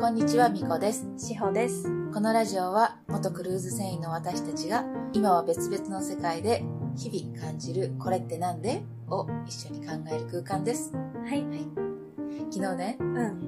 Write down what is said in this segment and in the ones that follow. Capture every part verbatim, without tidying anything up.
こんにちは、みこです。 しほです。 このラジオは元クルーズ船員の私たちが今は別々の世界で日々感じるこれってなんでを一緒に考える空間です。 はい、はい、 昨日ね、 うん、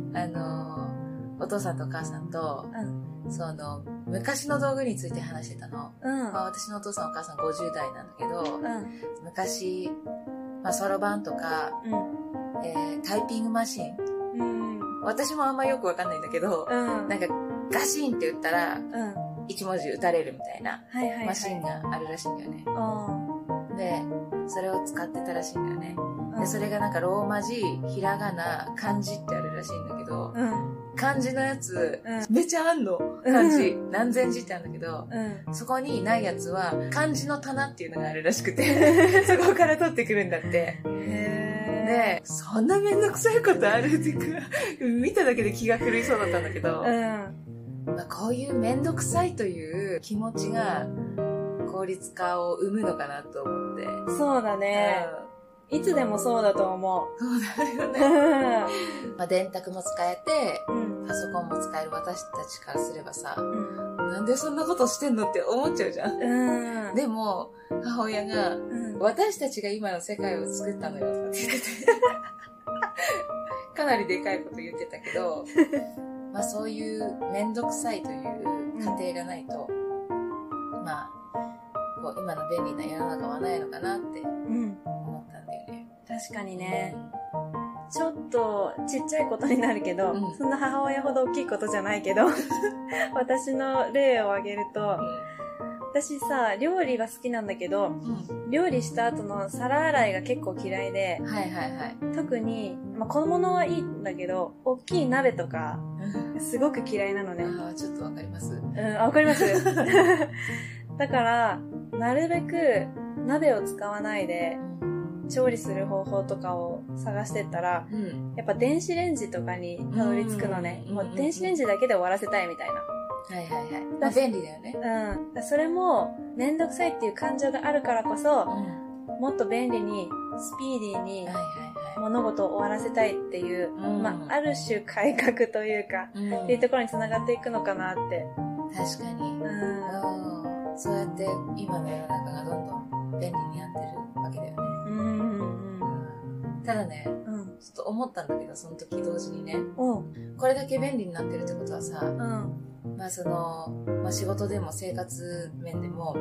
あのー、お父さんとお母さんと、 うん、 その昔の道具について話してたの、 うんまあ、私のお父さんお母さんごじゅう代なんだけど、 うん、 昔、まあ、そろばんとか、 うんえー、タイピングマシン、 うん、 私もあんまよくわかんないんだけど、 うん、 なんかガシンって打ったらうん、 一文字打たれるみたいなはいはいはい、 マシンがあるらしいんだよね。 うん、 で、それを使ってたらしいんだよね。 うん、 で、それがなんかローマ字、ひらがな、漢字ってあるらしいんだけど、 うん、 漢字のやつ、 うん、 めちゃあんの。漢字、うん、何千字ってあるんだけど、 うん、 そこにないやつは漢字の棚っていうのがあるらしくて、そこから取ってくるんだって。で、そんなめんどくさいことあるっていうか、見ただけで気が狂いそうだったんだけど、 うんまあ、こういうめんどくさいという気持ちが効率化を生むのかなと思って。 そうだね。いつでもそうだと思う。 そうだよね。まあ電卓も使えて、 うん、 パソコンも使える私たちからすればさ、 うん、 なんでそんなことしてんのって思っちゃうじゃん。 うん、 でも、母親が、うん、私たちが今の世界を作ったのよとかって言ってて、かなりでかいこと言ってたけど、まあそういうめんどくさいという過程がないと、うん、まあ、こう今の便利な世の中はないのかなって思ったんだよね。 うん、確かにね。うん、ちょっとちっちゃいことになるけど、うん、そんな母親ほど大きいことじゃないけど、私の例を挙げると、うん、私さ、料理が好きなんだけど、うん、料理した後の皿洗いが結構嫌いで、 はいはいはい、 特に、まあ、小物はいいんだけど、大きい鍋とか、すごく嫌いなのね。 ああ、ちょっとわかります。うん、 あ、わかりますだから、なるべく鍋を使わないで、調理する方法とかを探してったら、うん、やっぱ電子レンジとかにたどり着くのね。もう電子レンジだけで終わらせたいみたいな。 はいはいはい。まあ、便利だよね。 うん。それも、めんどくさいっていう感情があるからこそ、うん、もっと便利に、スピーディーに、物事を終わらせたいっていう、うん、まあ、ある種改革というか、うん、っていうところに繋がっていくのかなって。 確かに。うん。そうやって今の世の中がどんどん便利になってるわけだよね。うんうんうん、ただね、うん、ちょっと思ったんだけど、その時同時にね、うん、これだけ便利になってるってことはさ、うん、まあその、まあ仕事でも生活面でも、うん、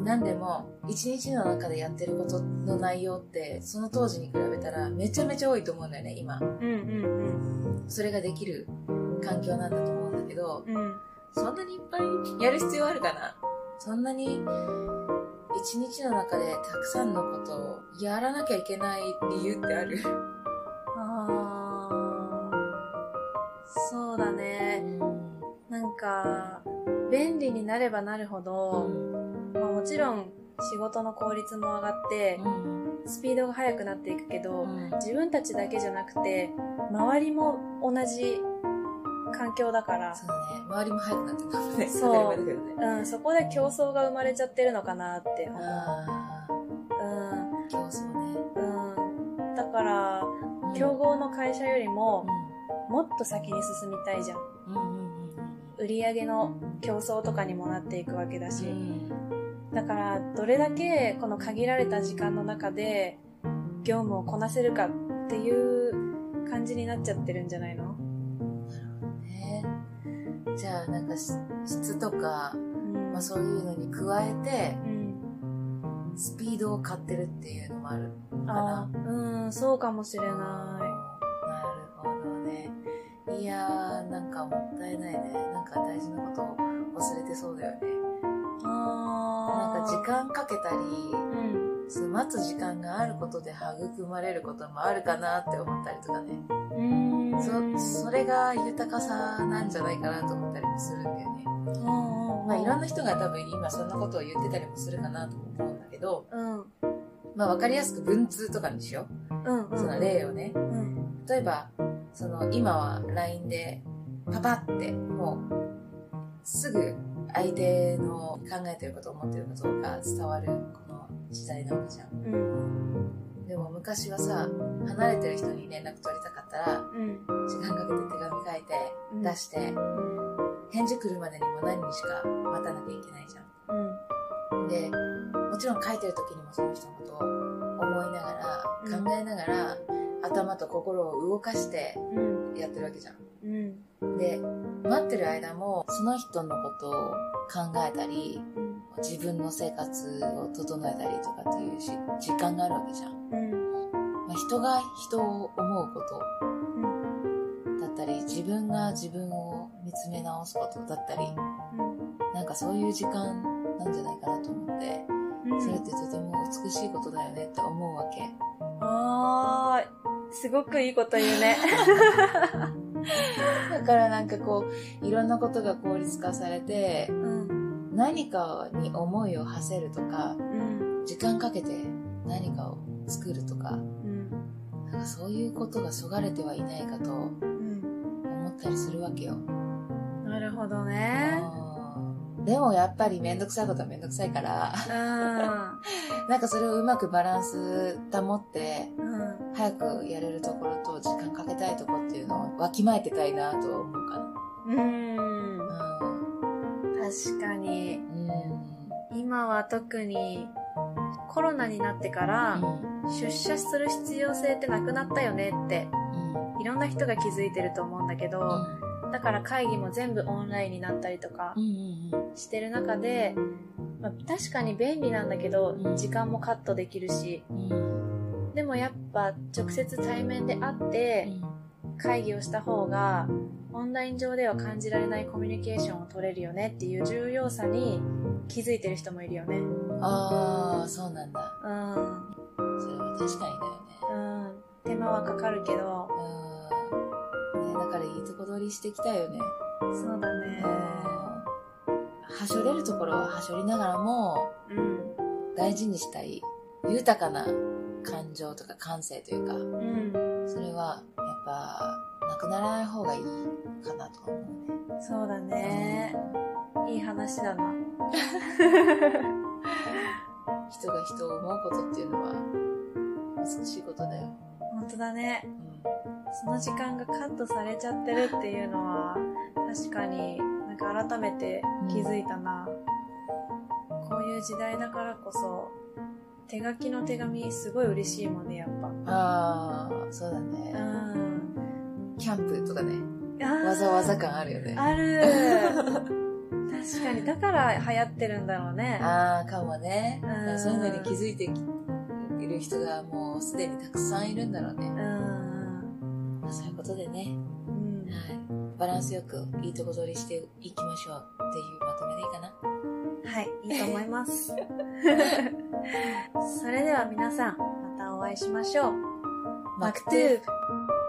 何でも一日の中でやってることの内容ってその当時に比べたらめちゃめちゃ多いと思うんだよね、今。うんうんうん、それができる環境なんだと思うんだけど、うん、そんなにいっぱいやる必要あるかな？そんなに一日の中でたくさんのことをやらなきゃいけない理由ってある？ あー、そうだね。うん、なんか、便利になればなるほど、うん、まあもちろん仕事の効率も上がって、うん、スピードが速くなっていくけど、うん、自分たちだけじゃなくて、周りも同じ環境だから。 そうね。周りも速くなってたもんね。 そう。ね、うん。そこで競争が生まれちゃってるのかなって思う。 あうん。競争ね。 うん。だから、うん、競合の会社よりも、うん、もっと先に進みたいじゃん。うんうんうん、売り上げの競争とかにもなっていくわけだし。うん、だから、どれだけこの限られた時間の中で、業務をこなせるかっていう感じになっちゃってるんじゃないの？ じゃあなんか質とか、うんまあ、そういうのに加えて、うん、スピードを買ってるっていうのもあるかな。 あ、うん、そうかもしれない。 なるほどね。いやー、なんかもったいないね。なんか大事なことを忘れてそうだよね。あなんか時間かけたり、うん、その待つ時間があることで育まれることもあるかなって思ったりとかね。うんそ, それが豊かさなんじゃないかなと思ったりもするんだよね。まあいろんな人が多分今そんなことを言ってたりもするかなと思うんだけど、うん、まあわかりやすく文通とかにしよう。うんうん、その例をね、うん。例えば、その今は ライン でパパってもうすぐ相手の考えてること思ってることが伝わるこの時代なわけじゃん。うんでも昔はさ、離れてる人に連絡取りたかったら、うん、時間かけて手紙書いて、 出して、うん、返事来るまでにも何日か待たなきゃいけないじゃん。うん、で、もちろん書いてる時にもその人のことを思いながら、うん、考えながら、頭と心を動かしてやってるわけじゃん。うん、で、待ってる間もその人のことを考えたり、うん、自分の生活を整えたりとかっていうし時間があるわけじゃん。うんまあ、人が人を思うことだったり、自分が自分を見つめ直すことだったり、うん、なんかそういう時間なんじゃないかなと思って、うん、それってとても美しいことだよねって思うわけ。 あー、すごくいいこと言うね。 だからなんかこういろんなことが効率化されて、うん、何かに思いを馳せるとか、うん、時間かけて何かを作るとか、うん、なんかそういうことがそがれてはいないかと思ったりするわけよ。 なるほどね。 でもやっぱりめんどくさいことはめんどくさいから、うん、なんかそれをうまくバランス保って、うん、早くやれるところと時間かけたいところっていうのをわきまえてたいなとは思うかな。うん、 うん、確かに、うん、今は特にコロナになってから、うん、出社する必要性ってなくなったよねって、うん、いろんな人が気づいてると思うんだけど、うん、だから会議も全部オンラインになったりとかしてる中で、まあ、確かに便利なんだけど、うん、時間もカットできるし、うん、でもやっぱ直接対面で会って会議をした方がオンライン上では感じられないコミュニケーションを取れるよねっていう重要さに気づいてる人もいるよね。 ああ、そうなんだ。うん。それは確かにだよね。 うん。手間はかかるけど。 うん。ね、だからいいとこ取りしてきたよね。 そうだね。 はしょれるところははしょりながらも、うん、大事にしたい豊かな感情とか感性というか、うん、それはやっぱなくならない方がいいかなと思うね。 そうだね。うん、いい話だな。 人が人を思うことっていうのは美しいことだよ。 本当だね。うん、その時間がカットされちゃってるっていうのは確かになんか改めて気づいたな。うん、こういう時代だからこそ手書きの手紙すごい嬉しいもんね、やっぱ。 ああ、そうだね。うん。キャンプとかね。わざわざ感あるよね。 ある。確かに、だから流行ってるんだろうね。 ああ、かもね。うん、そういうのに気づいている人がもうすでにたくさんいるんだろうね。うん。まあ、そういうことでね。うん。はい。バランスよくいいとこ取りしていきましょうっていうまとめでいいかな。 はい、いいと思います。それでは皆さん、またお会いしましょう。 マクトゥーブ。